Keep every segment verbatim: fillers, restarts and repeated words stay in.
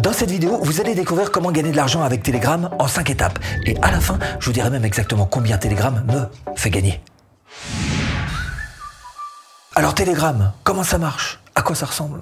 Dans cette vidéo, vous allez découvrir comment gagner de l'argent avec Telegram en cinq étapes. Et à la fin, je vous dirai même exactement combien Telegram me fait gagner. Alors Telegram, comment ça marche? À quoi ça ressemble?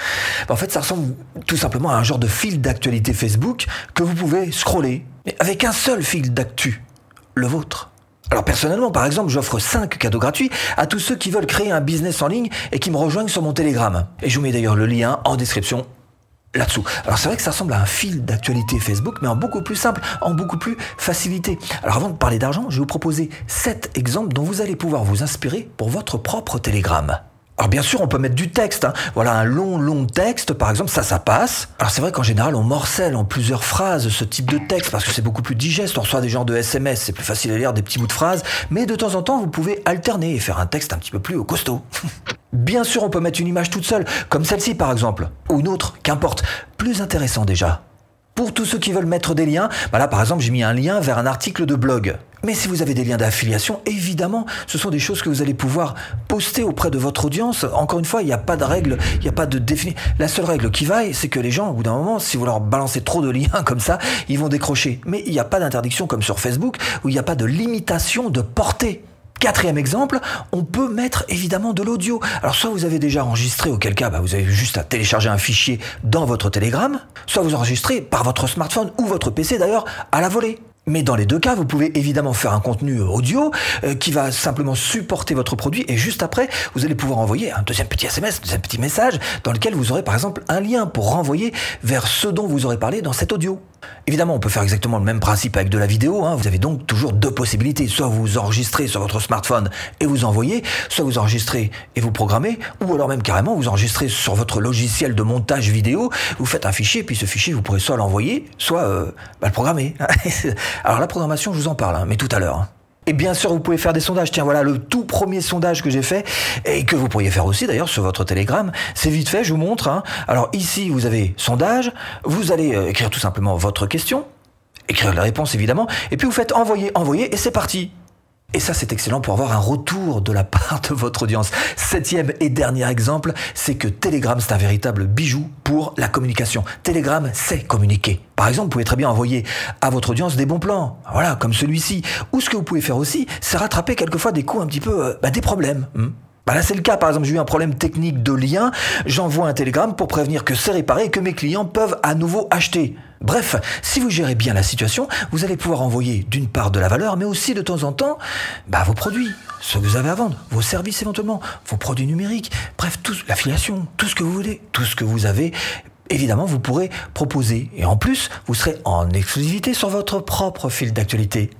En fait, ça ressemble tout simplement à un genre de fil d'actualité Facebook que vous pouvez scroller, mais avec un seul fil d'actu, le vôtre. Alors personnellement, par exemple, j'offre cinq cadeaux gratuits à tous ceux qui veulent créer un business en ligne et qui me rejoignent sur mon Telegram. Et je vous mets d'ailleurs le lien en description là-dessous. Alors c'est vrai que ça ressemble à un fil d'actualité Facebook, mais en beaucoup plus simple, en beaucoup plus facilité. Alors avant de parler d'argent, je vais vous proposer sept exemples dont vous allez pouvoir vous inspirer pour votre propre Telegram. Alors bien sûr, on peut mettre du texte, hein. Voilà, un long, long texte, par exemple, ça, ça passe. Alors c'est vrai qu'en général, on morcelle en plusieurs phrases ce type de texte parce que c'est beaucoup plus digeste. On reçoit des genres de S M S, c'est plus facile à lire des petits bouts de phrases. Mais de temps en temps, vous pouvez alterner et faire un texte un petit peu plus costaud. Bien sûr, on peut mettre une image toute seule, comme celle-ci par exemple, ou une autre, qu'importe, plus intéressant déjà. Pour tous ceux qui veulent mettre des liens, bah là par exemple j'ai mis un lien vers un article de blog. Mais si vous avez des liens d'affiliation, évidemment, ce sont des choses que vous allez pouvoir poster auprès de votre audience. Encore une fois, il n'y a pas de règle, il n'y a pas de définition. La seule règle qui vaille, c'est que les gens, au bout d'un moment, si vous leur balancez trop de liens comme ça, ils vont décrocher. Mais il n'y a pas d'interdiction comme sur Facebook, où il n'y a pas de limitation de portée. Quatrième exemple, on peut mettre évidemment de l'audio. Alors soit vous avez déjà enregistré, auquel cas bah, vous avez juste à télécharger un fichier dans votre Telegram, soit vous enregistrez par votre smartphone ou votre P C d'ailleurs à la volée. Mais dans les deux cas, vous pouvez évidemment faire un contenu audio euh, qui va simplement supporter votre produit et juste après, vous allez pouvoir envoyer un deuxième petit S M S, un deuxième petit message dans lequel vous aurez par exemple un lien pour renvoyer vers ce dont vous aurez parlé dans cet audio. Évidemment, on peut faire exactement le même principe avec de la vidéo, hein. Vous avez donc toujours deux possibilités. Soit vous enregistrez sur votre smartphone et vous envoyez, soit vous enregistrez et vous programmez, ou alors même carrément vous enregistrez sur votre logiciel de montage vidéo, vous faites un fichier, puis ce fichier vous pourrez soit l'envoyer, soit euh, bah, le programmer. Alors la programmation, je vous en parle, hein, mais tout à l'heure. Hein. Et bien sûr, vous pouvez faire des sondages. Tiens, voilà le tout premier sondage que j'ai fait et que vous pourriez faire aussi d'ailleurs sur votre Telegram. C'est vite fait, je vous montre. Hein. Alors ici, vous avez sondage. Vous allez euh, écrire tout simplement votre question, écrire la réponse évidemment, et puis vous faites envoyer, envoyer, et c'est parti. Et ça, c'est excellent pour avoir un retour de la part de votre audience. Septième et dernier exemple, c'est que Telegram, c'est un véritable bijou pour la communication. Telegram sait communiquer. Par exemple, vous pouvez très bien envoyer à votre audience des bons plans, voilà, comme celui-ci. Ou ce que vous pouvez faire aussi, c'est rattraper quelquefois des coups un petit peu, euh, bah, des problèmes. Hmm. Bah là, c'est le cas. Par exemple, j'ai eu un problème technique de lien. J'envoie un télégramme pour prévenir que c'est réparé et que mes clients peuvent à nouveau acheter. Bref, si vous gérez bien la situation, vous allez pouvoir envoyer d'une part de la valeur, mais aussi de temps en temps, bah, vos produits, ce que vous avez à vendre, vos services éventuellement, vos produits numériques, bref, tout, l'affiliation, tout ce que vous voulez, tout ce que vous avez. Évidemment, vous pourrez proposer. Et en plus, vous serez en exclusivité sur votre propre fil d'actualité.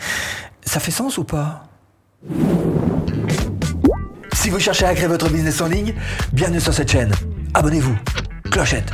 Ça fait sens ou pas ? Si vous cherchez à créer votre business en ligne, bienvenue sur cette chaîne. Abonnez-vous. Clochette.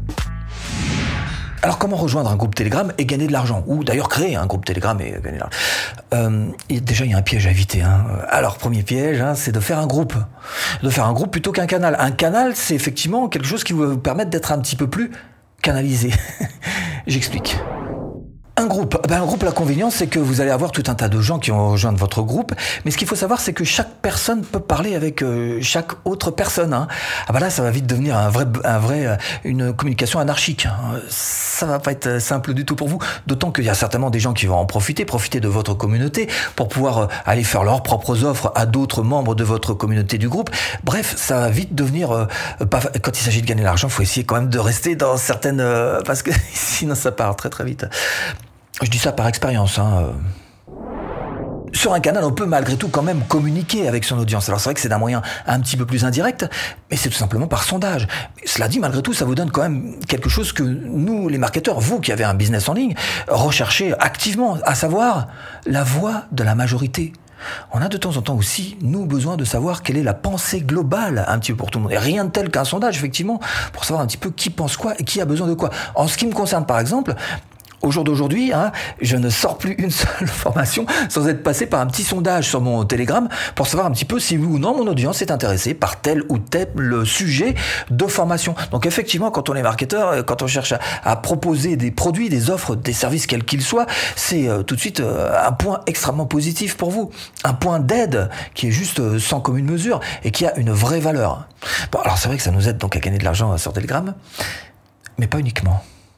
Alors comment rejoindre un groupe Telegram et gagner de l'argent? Ou d'ailleurs créer un groupe Telegram et gagner de l'argent. Euh, et déjà, il y a un piège à éviter. Hein. Alors, premier piège, hein, c'est de faire un groupe. De faire un groupe plutôt qu'un canal. Un canal, c'est effectivement quelque chose qui va vous permettre d'être un petit peu plus canalisé. J'explique. Un groupe, ben un groupe, l'inconvénient, c'est que vous allez avoir tout un tas de gens qui vont rejoindre votre groupe, mais ce qu'il faut savoir, c'est que chaque personne peut parler avec euh, chaque autre personne. Hein. Ah ben là, ça va vite devenir un vrai, un vrai, euh, une communication anarchique. Hein. Ça va pas être simple du tout pour vous, d'autant qu'il y a certainement des gens qui vont en profiter, profiter de votre communauté pour pouvoir euh, aller faire leurs propres offres à d'autres membres de votre communauté du groupe. Bref, ça va vite devenir, euh, pas, quand il s'agit de gagner de l'argent, il faut essayer quand même de rester dans certaines, euh, parce que sinon ça part très très vite. Je dis ça par expérience. Hein. Sur un canal, on peut malgré tout quand même communiquer avec son audience. Alors c'est vrai que c'est d'un moyen un petit peu plus indirect, mais c'est tout simplement par sondage. Mais cela dit, malgré tout, ça vous donne quand même quelque chose que nous, les marketeurs, vous qui avez un business en ligne, recherchez activement, à savoir la voix de la majorité. On a de temps en temps aussi, nous, besoin de savoir quelle est la pensée globale un petit peu pour tout le monde. Et rien de tel qu'un sondage, effectivement, pour savoir un petit peu qui pense quoi et qui a besoin de quoi. En ce qui me concerne, par exemple, au jour d'aujourd'hui, hein, je ne sors plus une seule formation sans être passé par un petit sondage sur mon Telegram pour savoir un petit peu si oui ou non mon audience est intéressée par tel ou tel sujet de formation. Donc effectivement, quand on est marketeur, quand on cherche à, à proposer des produits, des offres, des services quels qu'ils soient, c'est euh, tout de suite euh, un point extrêmement positif pour vous. Un point d'aide qui est juste euh, sans commune mesure et qui a une vraie valeur. Bon, alors c'est vrai que ça nous aide donc à gagner de l'argent sur Telegram, mais pas uniquement.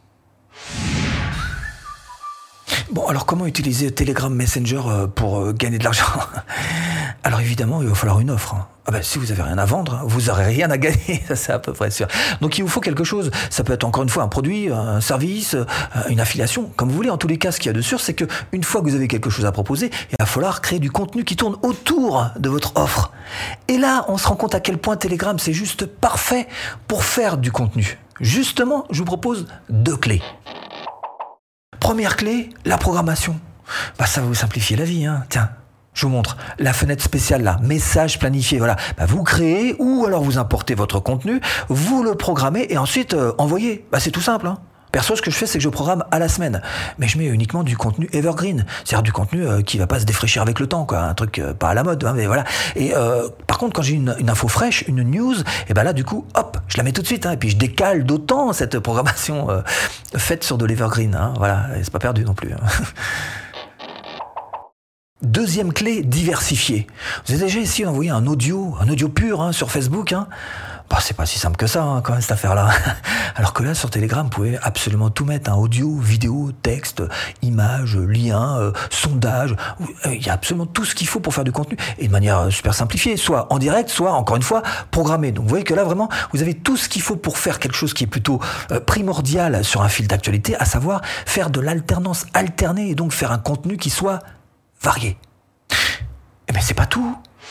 Bon, alors comment utiliser Telegram Messenger euh, pour euh, gagner de l'argent? Alors évidemment, il va falloir une offre. Hein. Ah ben, si vous avez rien à vendre, vous n'aurez rien à gagner, ça c'est à peu près sûr. Donc il vous faut quelque chose. Ça peut être encore une fois un produit, un service, une affiliation, comme vous voulez. En tous les cas, ce qu'il y a de sûr, c'est que une fois que vous avez quelque chose à proposer, il va falloir créer du contenu qui tourne autour de votre offre. Et là, on se rend compte à quel point Telegram, c'est juste parfait pour faire du contenu. Justement, je vous propose deux clés. Première clé, la programmation. Bah, ça va vous simplifier la vie, hein. Tiens. Je vous montre la fenêtre spéciale là, message planifié, voilà. Bah, vous créez ou alors vous importez votre contenu, vous le programmez et ensuite euh, envoyez. Bah, c'est tout simple. Hein. Perso, ce que je fais, c'est que je programme à la semaine. Mais je mets uniquement du contenu evergreen. C'est-à-dire du contenu euh, qui va pas se défraîchir avec le temps, quoi. Un truc euh, pas à la mode, hein, mais voilà. Et euh, par contre, quand j'ai une, une info fraîche, une news, et ben là, du coup, hop, je la mets tout de suite. Hein, et puis je décale d'autant cette programmation euh, faite sur de l'evergreen. Hein, voilà, et c'est pas perdu non plus. Hein. Deuxième clé, diversifier. Vous avez déjà essayé d'envoyer un audio, un audio pur hein, sur Facebook hein bah, c'est pas si simple que ça, hein, quand même, cette affaire-là. Alors que là, sur Telegram, vous pouvez absolument tout mettre. Hein, audio, vidéo, texte, images, liens, euh, sondages. Il y a absolument tout ce qu'il faut pour faire du contenu. Et de manière super simplifiée, soit en direct, soit, encore une fois, programmé. Donc vous voyez que là, vraiment, vous avez tout ce qu'il faut pour faire quelque chose qui est plutôt euh, primordial sur un fil d'actualité, à savoir faire de l'alternance alternée et donc faire un contenu qui soit varié. Eh bien, c'est pas tout.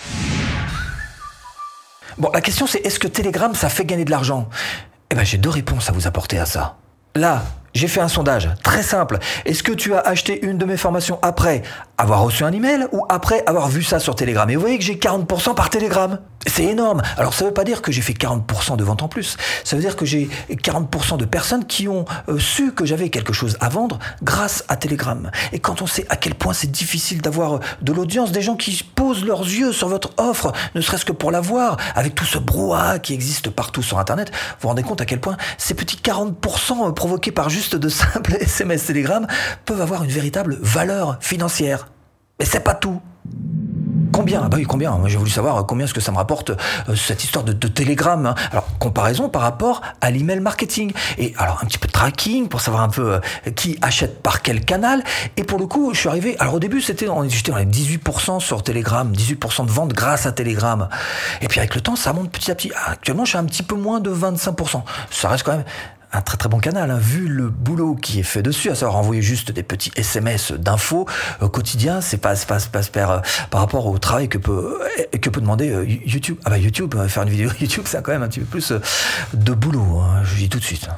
Bon, la question c'est, est-ce que Telegram, ça fait gagner de l'argent? Eh bien, j'ai deux réponses à vous apporter à ça. Là, j'ai fait un sondage très simple. Est-ce que tu as acheté une de mes formations après avoir reçu un email ou après avoir vu ça sur Telegram? Et vous voyez que j'ai quarante pour cent par Telegram. C'est énorme. Alors, ça ne veut pas dire que j'ai fait quarante pour cent de ventes en plus. Ça veut dire que j'ai quarante pour cent de personnes qui ont euh, su que j'avais quelque chose à vendre grâce à Telegram. Et quand on sait à quel point c'est difficile d'avoir de l'audience, des gens qui posent leurs yeux sur votre offre, ne serait-ce que pour la voir, avec tout ce brouhaha qui existe partout sur Internet, vous vous rendez compte à quel point ces petits quarante pour cent provoqués par juste de simples S M S Telegram peuvent avoir une véritable valeur financière. Mais c'est pas tout. Combien? Ah bah oui, combien? Moi, j'ai voulu savoir combien est-ce que ça me rapporte euh, cette histoire de, de Telegram. Hein. Alors, comparaison par rapport à l'email marketing. Et alors, un petit peu de tracking pour savoir un peu euh, qui achète par quel canal. Et pour le coup, je suis arrivé... Alors, au début, c'était j'étais dans les dix-huit pour cent sur Telegram, dix-huit pour cent de ventes grâce à Telegram. Et puis, avec le temps, ça monte petit à petit. Actuellement, je suis un petit peu moins de vingt-cinq pour cent. Ça reste quand même... un très très bon canal, hein. Vu le boulot qui est fait dessus, à savoir envoyer juste des petits S M S d'infos euh, quotidien, c'est pas, c'est pas, c'est pas super euh, par rapport au travail que peut, euh, que peut demander euh, YouTube. Ah bah YouTube, euh, faire une vidéo YouTube, c'est quand même un petit peu plus euh, de boulot, hein, je vous dis tout de suite.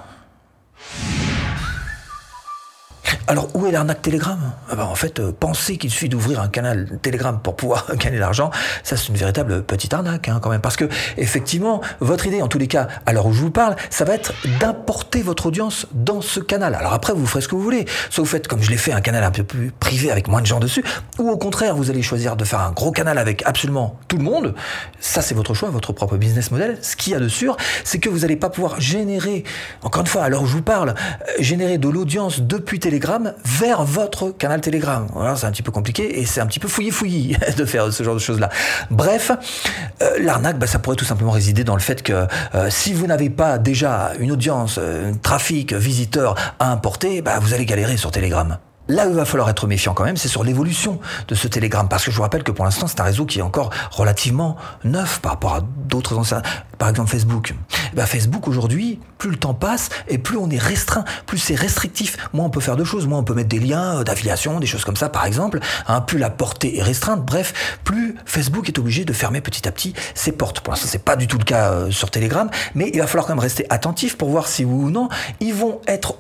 Alors, où est l'arnaque Telegram? Ah bah, en fait, euh, penser qu'il suffit d'ouvrir un canal Telegram pour pouvoir gagner de l'argent, ça c'est une véritable petite arnaque hein, quand même. Parce que, effectivement, votre idée, en tous les cas, à l'heure où je vous parle, ça va être d'importer votre audience dans ce canal. Alors après, vous ferez ce que vous voulez. Soit vous faites, comme je l'ai fait, un canal un peu plus privé avec moins de gens dessus, ou au contraire, vous allez choisir de faire un gros canal avec absolument tout le monde. Ça, c'est votre choix, votre propre business model. Ce qu'il y a de sûr, c'est que vous n'allez pas pouvoir générer, encore une fois, à l'heure où je vous parle, générer de l'audience depuis Telegram vers votre canal Telegram. Voilà, c'est un petit peu compliqué et c'est un petit peu fouillis-fouillis de faire ce genre de choses-là. Bref, euh, l'arnaque, bah, ça pourrait tout simplement résider dans le fait que euh, si vous n'avez pas déjà une audience, un trafic, visiteurs à importer, bah, vous allez galérer sur Telegram. Là où il va falloir être méfiant quand même, c'est sur l'évolution de ce Telegram. Parce que je vous rappelle que pour l'instant, c'est un réseau qui est encore relativement neuf par rapport à d'autres anciens. Par exemple, Facebook. Bah, Facebook, aujourd'hui, plus le temps passe et plus on est restreint, plus c'est restrictif. Moins on peut faire de choses, moins on peut mettre des liens d'affiliation, des choses comme ça, par exemple. Hein, plus la portée est restreinte. Bref, plus Facebook est obligé de fermer petit à petit ses portes. Pour l'instant, c'est pas du tout le cas euh, sur Telegram, mais il va falloir quand même rester attentif pour voir si oui ou non, ils vont être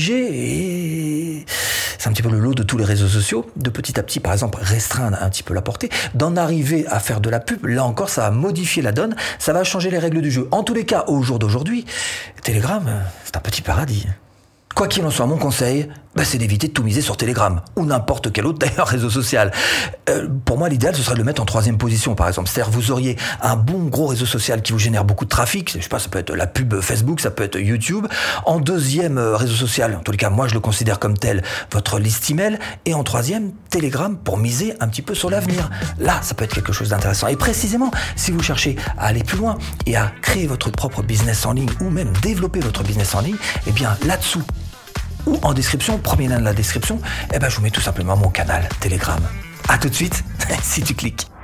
obligés et... c'est un petit peu le lot de tous les réseaux sociaux, de petit à petit, par exemple, restreindre un petit peu la portée, d'en arriver à faire de la pub. Là encore, ça va modifier la donne, ça va changer les règles du jeu. En tous les cas, au jour d'aujourd'hui, Telegram, c'est un petit paradis. Quoi qu'il en soit, mon conseil, bah, c'est d'éviter de tout miser sur Telegram, ou n'importe quel autre d'ailleurs réseau social. Euh, pour moi, l'idéal, ce serait de le mettre en troisième position, par exemple. C'est-à-dire, vous auriez un bon gros réseau social qui vous génère beaucoup de trafic. Je sais pas, ça peut être la pub Facebook, ça peut être YouTube. En deuxième euh, réseau social, en tous les cas, moi, je le considère comme tel, votre liste email. Et en troisième, Telegram, pour miser un petit peu sur l'avenir. Là, ça peut être quelque chose d'intéressant. Et précisément, si vous cherchez à aller plus loin et à créer votre propre business en ligne, ou même développer votre business en ligne, eh bien, là-dessous, ou en description, premier lien de la description, eh ben, je vous mets tout simplement mon canal Telegram. À tout de suite, si tu cliques.